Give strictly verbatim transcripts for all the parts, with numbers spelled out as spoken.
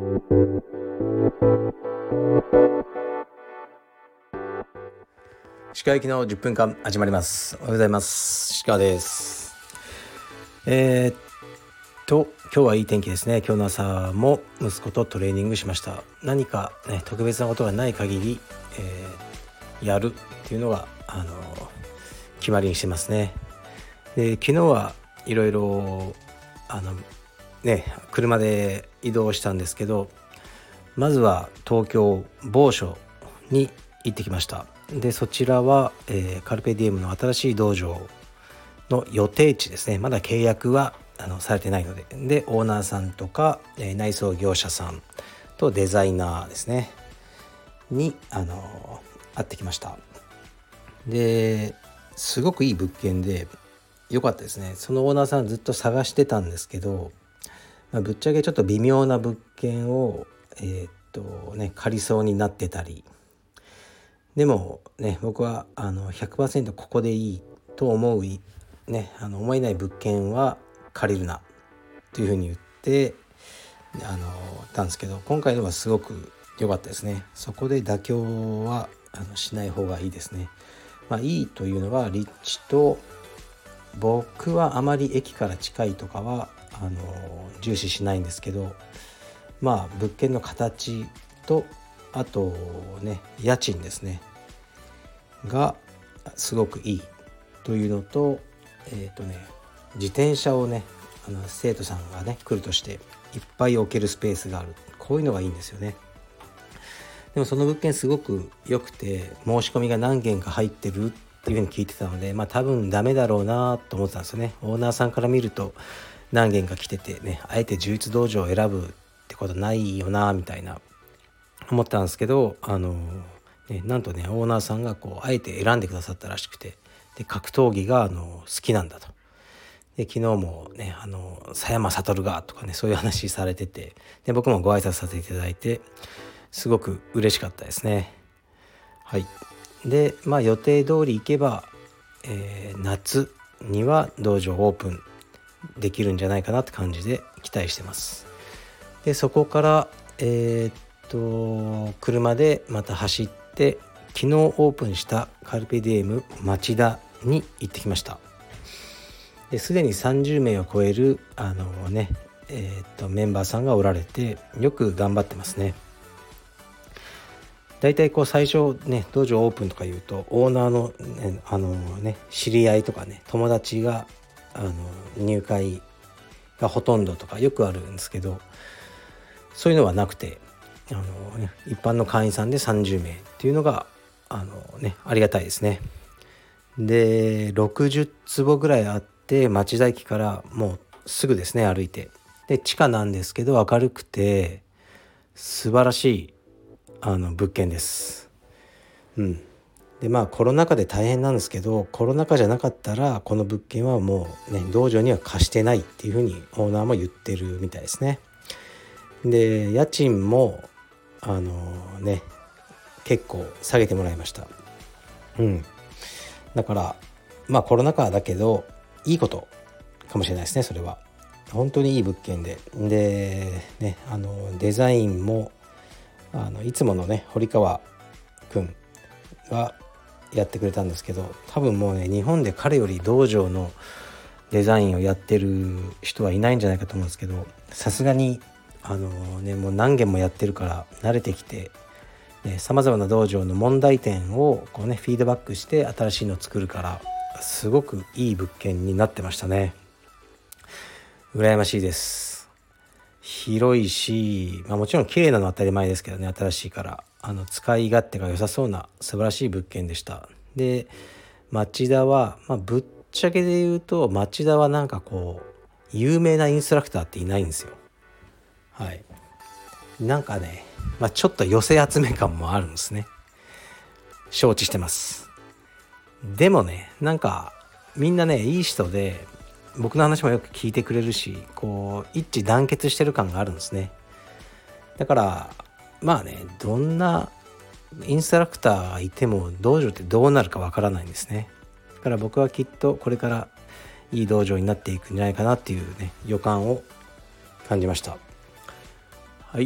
歯科行きのじゅっぷんかん始まります。おはようございます。歯科です。えー、っと今日はいい天気ですね。今日の朝も息子とトレーニングしました。何かね特別なことがない限り、えー、やるっていうのがあの決まりにしてますね。で昨日はいろいろあのね車で移動したんですけど、まずは東京某所に行ってきました。でそちらは、えー、カルペディエムの新しい道場の予定地ですね。まだ契約はあのされてないので、でオーナーさんとか、えー、内装業者さんとデザイナーですねにあの会ってきました。ですごくいい物件で良かったですね。そのオーナーさんずっと探してたんですけど、まあ、ぶっちゃけちょっと微妙な物件をえー、っとね借りそうになってたり、でもね僕はあの ひゃくパーセント ここでいいと思うねあの思えない物件は借りるなというふうに言ってあのたんですけど、今回のはすごく良かったですね。そこで妥協はあのしない方がいいですね。まあいいというのは立地と、僕はあまり駅から近いとかはあの重視しないんですけど、まあ物件の形とあとね家賃ですねがすごくいいというのと、えっとね自転車をねあの生徒さんがね来るとしていっぱい置けるスペースがある、こういうのがいいんですよね。でもその物件すごく良くて申し込みが何件か入ってるっていうふうに聞いてたので、まあ多分ダメだろうなと思ってたんですよね。オーナーさんから見ると何件か来ててね、あえて充実道場を選ぶってことないよなみたいな思ったんですけど、あのね、なんとねオーナーさんがこうあえて選んでくださったらしくて、で格闘技があの好きなんだと。で昨日もねあの佐山悟がとかねそういう話されてて、で僕もご挨拶させていただいてすごく嬉しかったですね。はい。でまあ予定通り行けば、えー、夏には道場オープンできるんじゃないかなって感じで期待してます。でそこからえー、っと車でまた走って昨日オープンしたカルペディエム町田に行ってきました。ですでにさんじゅうめいを超えるあのねえー、っとメンバーさんがおられてよく頑張ってますね。だいたいこう最初ね道場オープンとかいうとオーナーの、ね、あのね知り合いとかね友達があの入会がほとんどとかよくあるんですけど、そういうのはなくてあの、ね、一般の会員さんでさんじゅうめいっていうのがあの、ね、ありがたいですね。でろくじゅう坪ぐらいあって町田駅からもうすぐですね歩いて、で地下なんですけど明るくて素晴らしいあの物件です。うんでまあコロナ禍で大変なんですけど、コロナ禍じゃなかったらこの物件はもうね道場には貸してないっていうふうにオーナーも言ってるみたいですね。で家賃もあのね結構下げてもらいました。うんだからまあコロナ禍だけどいいことかもしれないですね。それは本当にいい物件で、でねあのデザインもあのいつものね堀川くんがやってくれたんですけど、多分もうね日本で彼より道場のデザインをやってる人はいないんじゃないかと思うんですけど、さすがにあのねもう何件もやってるから慣れてきて、さまざまな道場の問題点をこうねフィードバックして新しいのを作るからすごくいい物件になってましたね。羨ましいです。広いし、まあ、もちろん綺麗なのは当たり前ですけどね、新しいからあの使い勝手が良さそうな素晴らしい物件でした。で町田は、まあ、ぶっちゃけで言うと町田はなんかこう有名なインストラクターっていないんですよ。はいなんかね、まあ、ちょっと寄せ集め感もあるんですね。承知してます。でもねなんかみんなねいい人で僕の話もよく聞いてくれるし、こう一致団結してる感があるんですね。だからまあねどんなインストラクターがいても道場ってどうなるかわからないんですね。だから僕はきっとこれからいい道場になっていくんじゃないかなっていうね予感を感じました。はい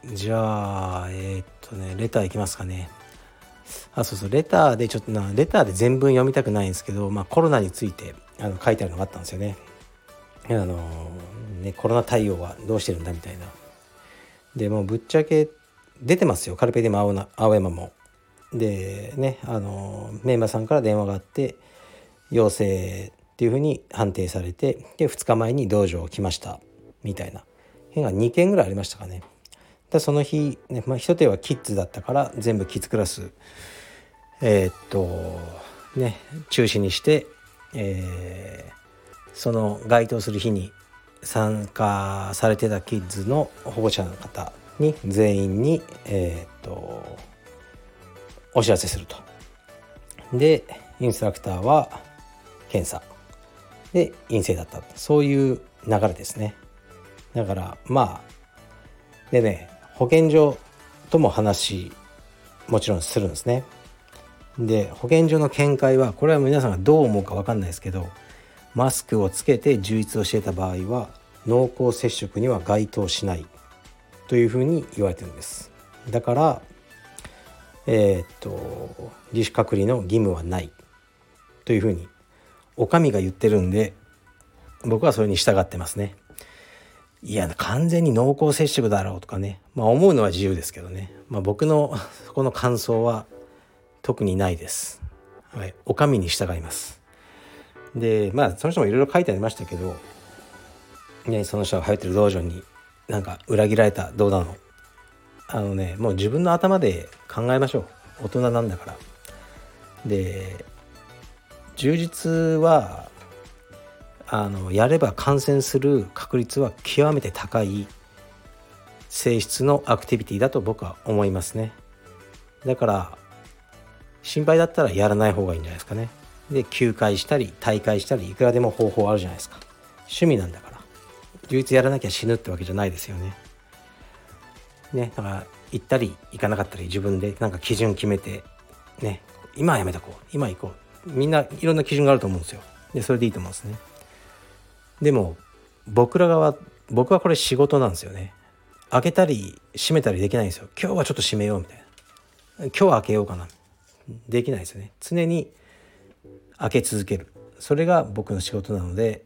じゃあえー、っとねレターいきますかね。あ、そうそう、レターでちょっとなレターで全文読みたくないんですけど、まあ、コロナについてあの書いてあるのがあったんですよね。あのねコロナ対応はどうしてるんだみたいな。でもうぶっちゃけ出てますよ、カルペディウム青な青山も。でね、あのメンバーさんから電話があって、陽性っていうふうに判定されて、でふつかまえに道場来ましたみたいな辺がにけんぐらいありましたかね。でその日、ね、まあ、一手はキッズだったから全部キッズクラスえー、っとね中止にして、えー、その該当する日に参加されてたキッズの保護者の方に全員に、えー、っとお知らせすると。でインストラクターは検査で陰性だった、そういう流れですね。だからまあでね、保健所とも話もちろんするんですね。で保健所の見解は、これは皆さんがどう思うか分かんないですけど、マスクをつけて充実をしていた場合は濃厚接触には該当しないというふうに言われてるんです。だからえー、っと自主隔離の義務はないというふうにお上が言ってるんで、僕はそれに従ってますね。いや完全に濃厚接触だろうとかね、まあ思うのは自由ですけどね、まあ、僕のそこの感想は特にないです。はい、お上に従います。でまあその人もいろいろ書いてありましたけど、ね、その人が入ってる道場になんか裏切られたどうなの、あのねもう自分の頭で考えましょう。大人なんだから。で充実はあのやれば感染する確率は極めて高い性質のアクティビティだと僕は思いますね。だから心配だったらやらない方がいいんじゃないですかね。で休会したり大会したりいくらでも方法あるじゃないですか。趣味なんだから充実やらなきゃ死ぬってわけじゃないですよね。ね、だから行ったり行かなかったり自分でなんか基準決めてね、今はやめとこう今行こう、みんないろんな基準があると思うんですよ。でそれでいいと思うんですね。でも僕ら側僕はこれ仕事なんですよね。開けたり閉めたりできないんですよ。今日はちょっと閉めようみたいな、今日は開けようかな、できないですよね。常に開け続ける、それが僕の仕事なので、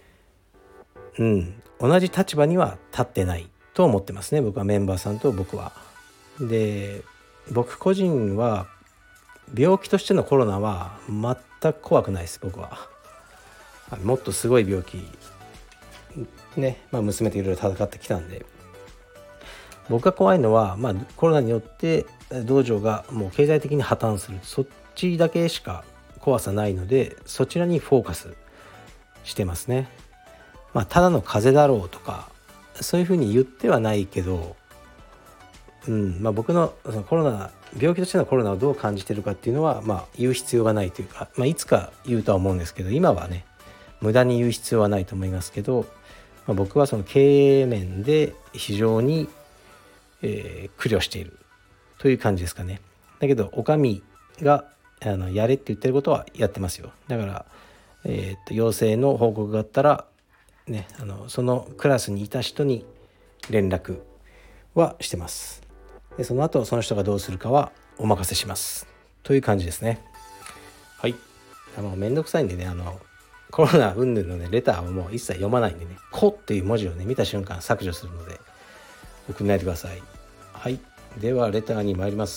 うん同じ立場には立ってないと思ってますね、僕は。メンバーさんと僕は。で僕個人は病気としてのコロナは全く怖くないです。僕はもっとすごい病気ね、まあ、娘といろいろ戦ってきたんで、僕が怖いのは、まあ、コロナによって道場がもう経済的に破綻する、そっちだけしか怖さないので、そちらにフォーカスしてますね。まあ、ただの風邪だろうとかそういうふうに言ってはないけど、うんまあ、僕のそのコロナ病気としてのコロナをどう感じてるかっていうのは、まあ、言う必要がないというか、まあ、いつか言うとは思うんですけど、今はね無駄に言う必要はないと思いますけど、まあ、僕はその経営面で非常に、えー、苦慮しているという感じですかね。だけどお上があのやれって言ってることはやってますよ。だから、えー、っと陽性の報告があったら、ね、あのそのクラスにいた人に連絡はしてます。でその後その人がどうするかはお任せしますという感じですね。はい。あのめんどくさいんでね、あのコロナ云々のねレターをもう一切読まないんでね、コっていう文字をね見た瞬間削除するので送んないでください。はい。ではレターに参ります。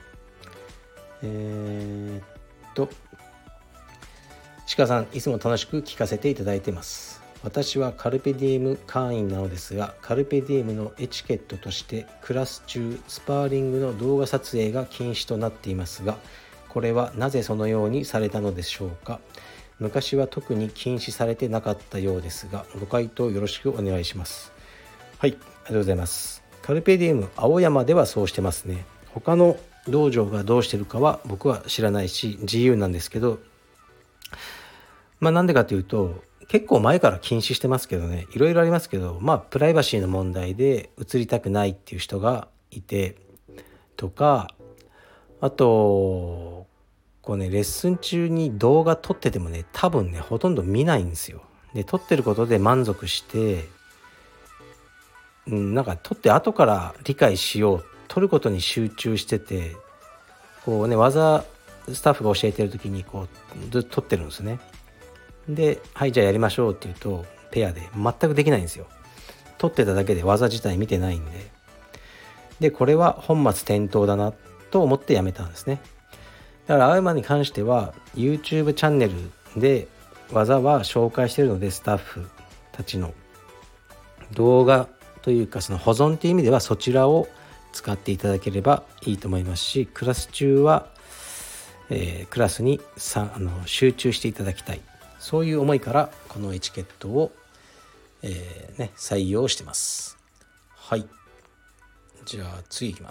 えー、っと鹿さん、いつも楽しく聞かせていただいています。私はカルペディエム会員なのですが、カルペディエムのエチケットとしてクラス中スパーリングの動画撮影が禁止となっていますが、これはなぜそのようにされたのでしょうか。昔は特に禁止されてなかったようですが、ご回答よろしくお願いします。はい、ありがとうございます。カルペディエム青山ではそうしてますね。他の道場がどうしてるかは僕は知らないし自由なんですけど、まあなんでかというと結構前から禁止してますけどね、いろいろありますけど、まあプライバシーの問題で映りたくないっていう人がいてとか、あとこうねレッスン中に動画撮っててもね多分ねほとんど見ないんですよ。で撮ってることで満足してうん、なんか取って後から理解しよう、取ることに集中してて、こうね技スタッフが教えてる時にこうずっと取ってるんですね。ではいじゃあやりましょうって言うとペアで全くできないんですよ。取ってただけで技自体見てないんで。でこれは本末転倒だなと思ってやめたんですね。だから青山に関しては YouTube チャンネルで技は紹介しているので、スタッフたちの動画というかその保存という意味ではそちらを使っていただければいいと思いますし、クラス中は、えー、クラスにさあの集中していただきたい、そういう思いからこのエチケットを、えーね、採用してます。はい、じゃあ次いきます。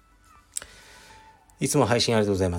いつも配信ありがとうございます。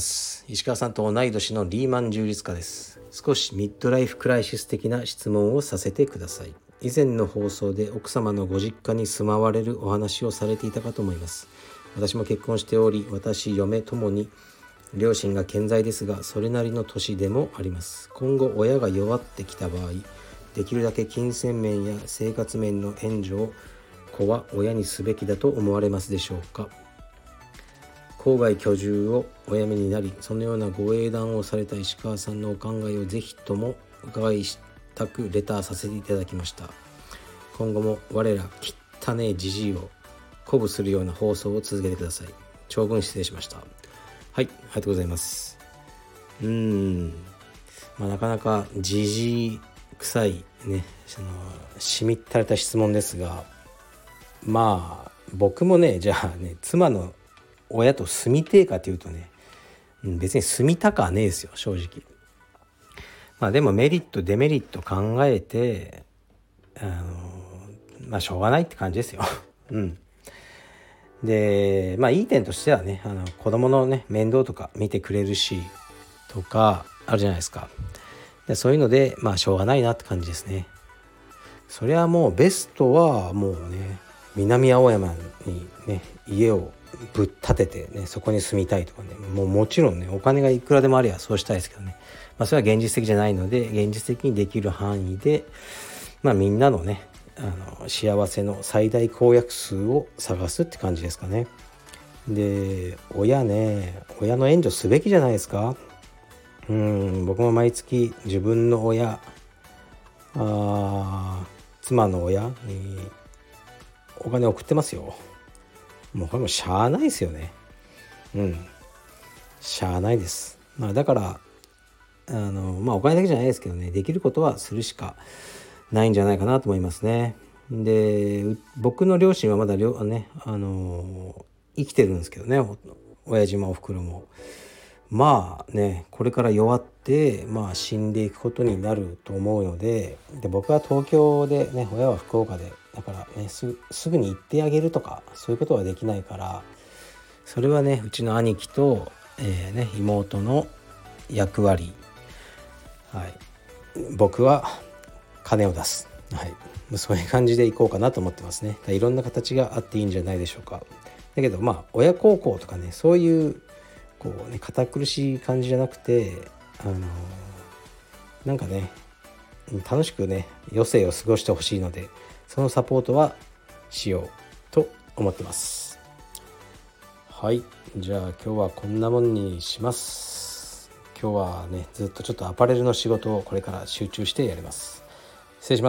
石川さんと同い年のリーマン充実家です。少しミッドライフクライシス的な質問をさせてください。以前の放送で奥様のご実家に住まわれるお話をされていたかと思います。私も結婚しており、私、嫁ともに両親が健在ですが、それなりの年でもあります。今後親が弱ってきた場合、できるだけ金銭面や生活面の援助を子は親にすべきだと思われますでしょうか。郊外居住をお辞めになり、そのようなご英断をされた石川さんのお考えをぜひとも伺いしたくレターさせていただきました。今後も我ら汚ねえじじいを鼓舞するような放送を続けてください。長文失礼しました。はい、ありがとうございます。うーん、まあ、なかなかじじい臭いね、そのしみったれた質問ですが、まあ僕もね、じゃあね、妻の親と住みてえかというとね、別に住みたかはねえですよ、正直。まあでもメリットデメリット考えて、あのまあしょうがないって感じですよ。うん。でまあいい点としてはね、あの子供のね面倒とか見てくれるしとかあるじゃないですか。でそういうのでまあしょうがないなって感じですね。それはもうベストはもうね、南青山にね家をぶっ立ててね、そこに住みたいとかね、もうもちろんねお金がいくらでもありゃそうしたいですけどね、まあそれは現実的じゃないので、現実的にできる範囲でまあみんなのねあの幸せの最大公約数を探すって感じですかね。で親ね、親の援助すべきじゃないですか。うん、僕も毎月自分の親、あ妻の親にお金送ってますよ。もうこれもしゃあないですよね。うん、しゃあないです。まあだからあのまあお金だけじゃないですけどね、できることはするしかないんじゃないかなと思いますね。で僕の両親はまだ両、ね、あの生きてるんですけどね、親父もおふくろも。まあねこれから弱って、まあ、死んでいくことになると思うので、で僕は東京でね、親は福岡で、だからね す, すぐに行ってあげるとかそういうことはできないから、それはねうちの兄貴と、えーね、妹の役割、はい、僕は金を出す、はい、そういう感じでいこうかなと思ってますね。いろんな形があっていいんじゃないでしょうか。だけどまあ親孝行とかね、そういうこうね堅苦しい感じじゃなくて、あのー、なんかね楽しくね余生を過ごしてほしいので、そのサポートはしようと思ってます。はい、じゃあ今日はこんなもんにします。今日はねずっとちょっとアパレルの仕事をこれから集中してやります。失礼します。